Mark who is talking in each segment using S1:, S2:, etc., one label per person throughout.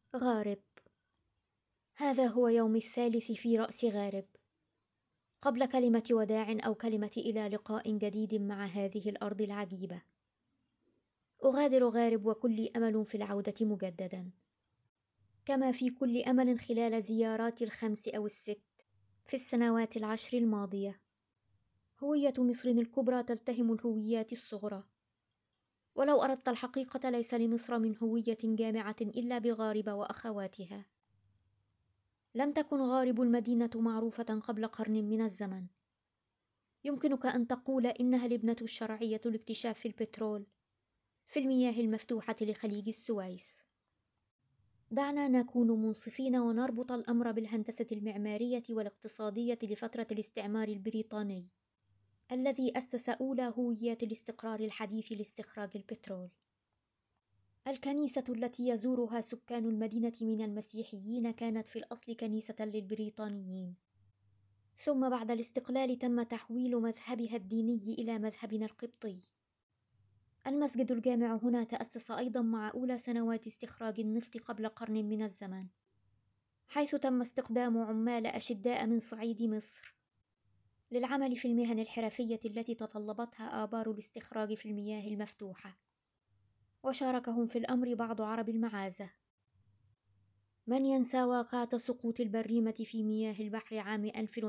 S1: غارب. هذا هو يومي الثالث في رأس غارب، قبل كلمة وداع أو كلمة إلى لقاء جديد مع هذه الأرض العجيبة. أغادر غارب وكل أمل في العودة مجددا، كما في كل أمل خلال زياراتي الخمس أو الست في السنوات العشر الماضية. هوية مصر الكبرى تلتهم الهويات الصغرى، ولو أردت الحقيقة ليس لمصر من هوية جامعة إلا بغارب وأخواتها. لم تكن غارب المدينة معروفة قبل قرن من الزمن. يمكنك أن تقول إنها الابنة الشرعية لاكتشاف البترول في المياه المفتوحة لخليج السويس. دعنا نكون منصفين ونربط الأمر بالهندسة المعمارية والاقتصادية لفترة الاستعمار البريطاني، الذي أسس أولى هويات الاستقرار الحديث لاستخراج البترول. الكنيسة التي يزورها سكان المدينة من المسيحيين كانت في الأصل كنيسة للبريطانيين، ثم بعد الاستقلال تم تحويل مذهبها الديني إلى مذهبنا القبطي. المسجد الجامع هنا تأسس أيضا مع أولى سنوات استخراج النفط قبل قرن من الزمن، حيث تم استخدام عمال أشداء من صعيد مصر للعمل في المهن الحرفية التي تطلبتها آبار الاستخراج في المياه المفتوحة، وشاركهم في الأمر بعض عرب المعازة. من ينسى واقعة سقوط البريمة في مياه البحر عام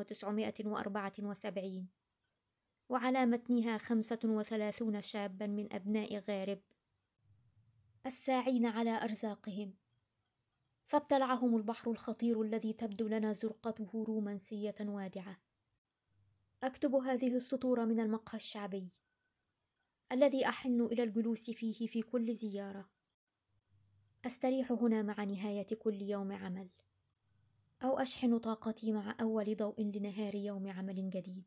S1: 1974 وعلى متنها 35 شابا من أبناء غارب الساعين على أرزاقهم، فابتلعهم البحر الخطير الذي تبدو لنا زرقته رومانسية وادعة. أكتب هذه السطور من المقهى الشعبي الذي أحن إلى الجلوس فيه في كل زيارة. أستريح هنا مع نهاية كل يوم عمل، أو أشحن طاقتي مع أول ضوء لنهار يوم عمل جديد،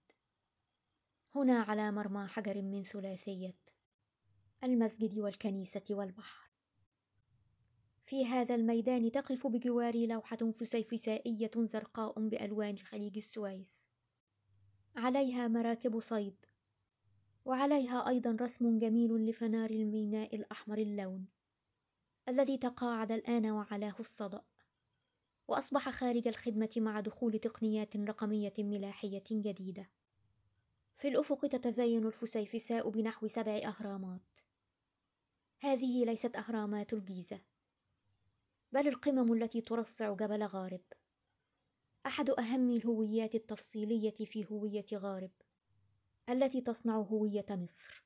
S1: هنا على مرمى حجر من ثلاثية المسجد والكنيسة والبحر. في هذا الميدان تقف بجواري لوحة فسيفسائية زرقاء بألوان خليج السويس، عليها مراكب صيد، وعليها أيضا رسم جميل لفنار الميناء الأحمر اللون الذي تقاعد الآن وعلاه الصدأ، وأصبح خارج الخدمة مع دخول تقنيات رقمية ملاحية جديدة. في الأفق تتزين الفسيفساء بنحو 7 أهرامات. هذه ليست أهرامات الجيزة، بل القمم التي ترصع جبل غارب، أحد أهم الهويات التفصيلية في هوية غارب التي تصنع هوية مصر.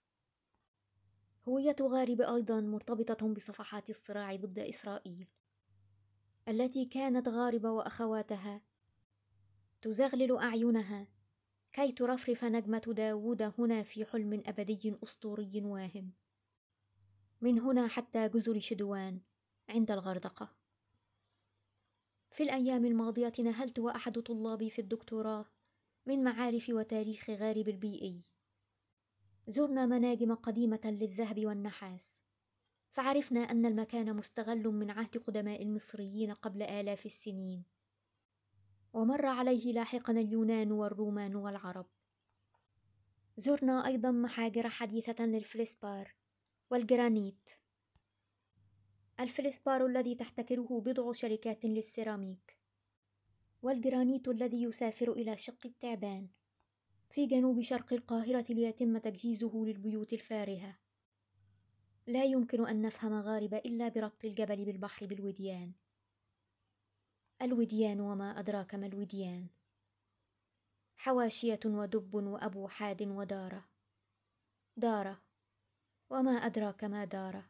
S1: هوية غارب أيضا مرتبطة بصفحات الصراع ضد إسرائيل، التي كانت غارب وأخواتها تزغلل أعينها كي ترفرف نجمة داوود هنا في حلم أبدي أسطوري واهم، من هنا حتى جزر شدوان عند الغردقة. في الأيام الماضية نهلت وأحد طلابي في الدكتوراه من معارف وتاريخ غارب البيئي. زرنا مناجم قديمة للذهب والنحاس، فعرفنا أن المكان مستغل من عهد قدماء المصريين قبل آلاف السنين، ومر عليه لاحقا اليونان والرومان والعرب. زرنا أيضا محاجر حديثة للفلسبار والجرانيت، الفلسبار الذي تحتكره بضع شركات للسيراميك، والجرانيت الذي يسافر إلى شق التعبان في جنوب شرق القاهرة ليتم تجهيزه للبيوت الفارهة. لا يمكن أن نفهم غارب إلا بربط الجبل بالبحر بالوديان. الوديان وما أدراك ما الوديان، حواشية ودب وأبوحاد ودارة. دارة وما أدراك ما دارة.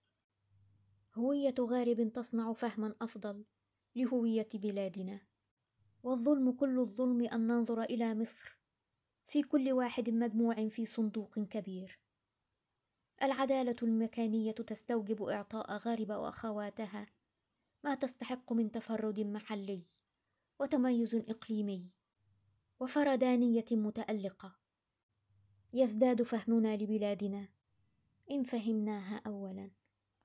S1: هوية غارب تصنع فهما أفضل لهوية بلادنا. والظلم كل الظلم أن ننظر إلى مصر في كل واحد مجموع في صندوق كبير. العدالة المكانية تستوجب إعطاء غارب وأخواتها ما تستحق من تفرد محلي وتميز إقليمي وفردانية متألقة. يزداد فهمنا لبلادنا إن فهمناها أولاً.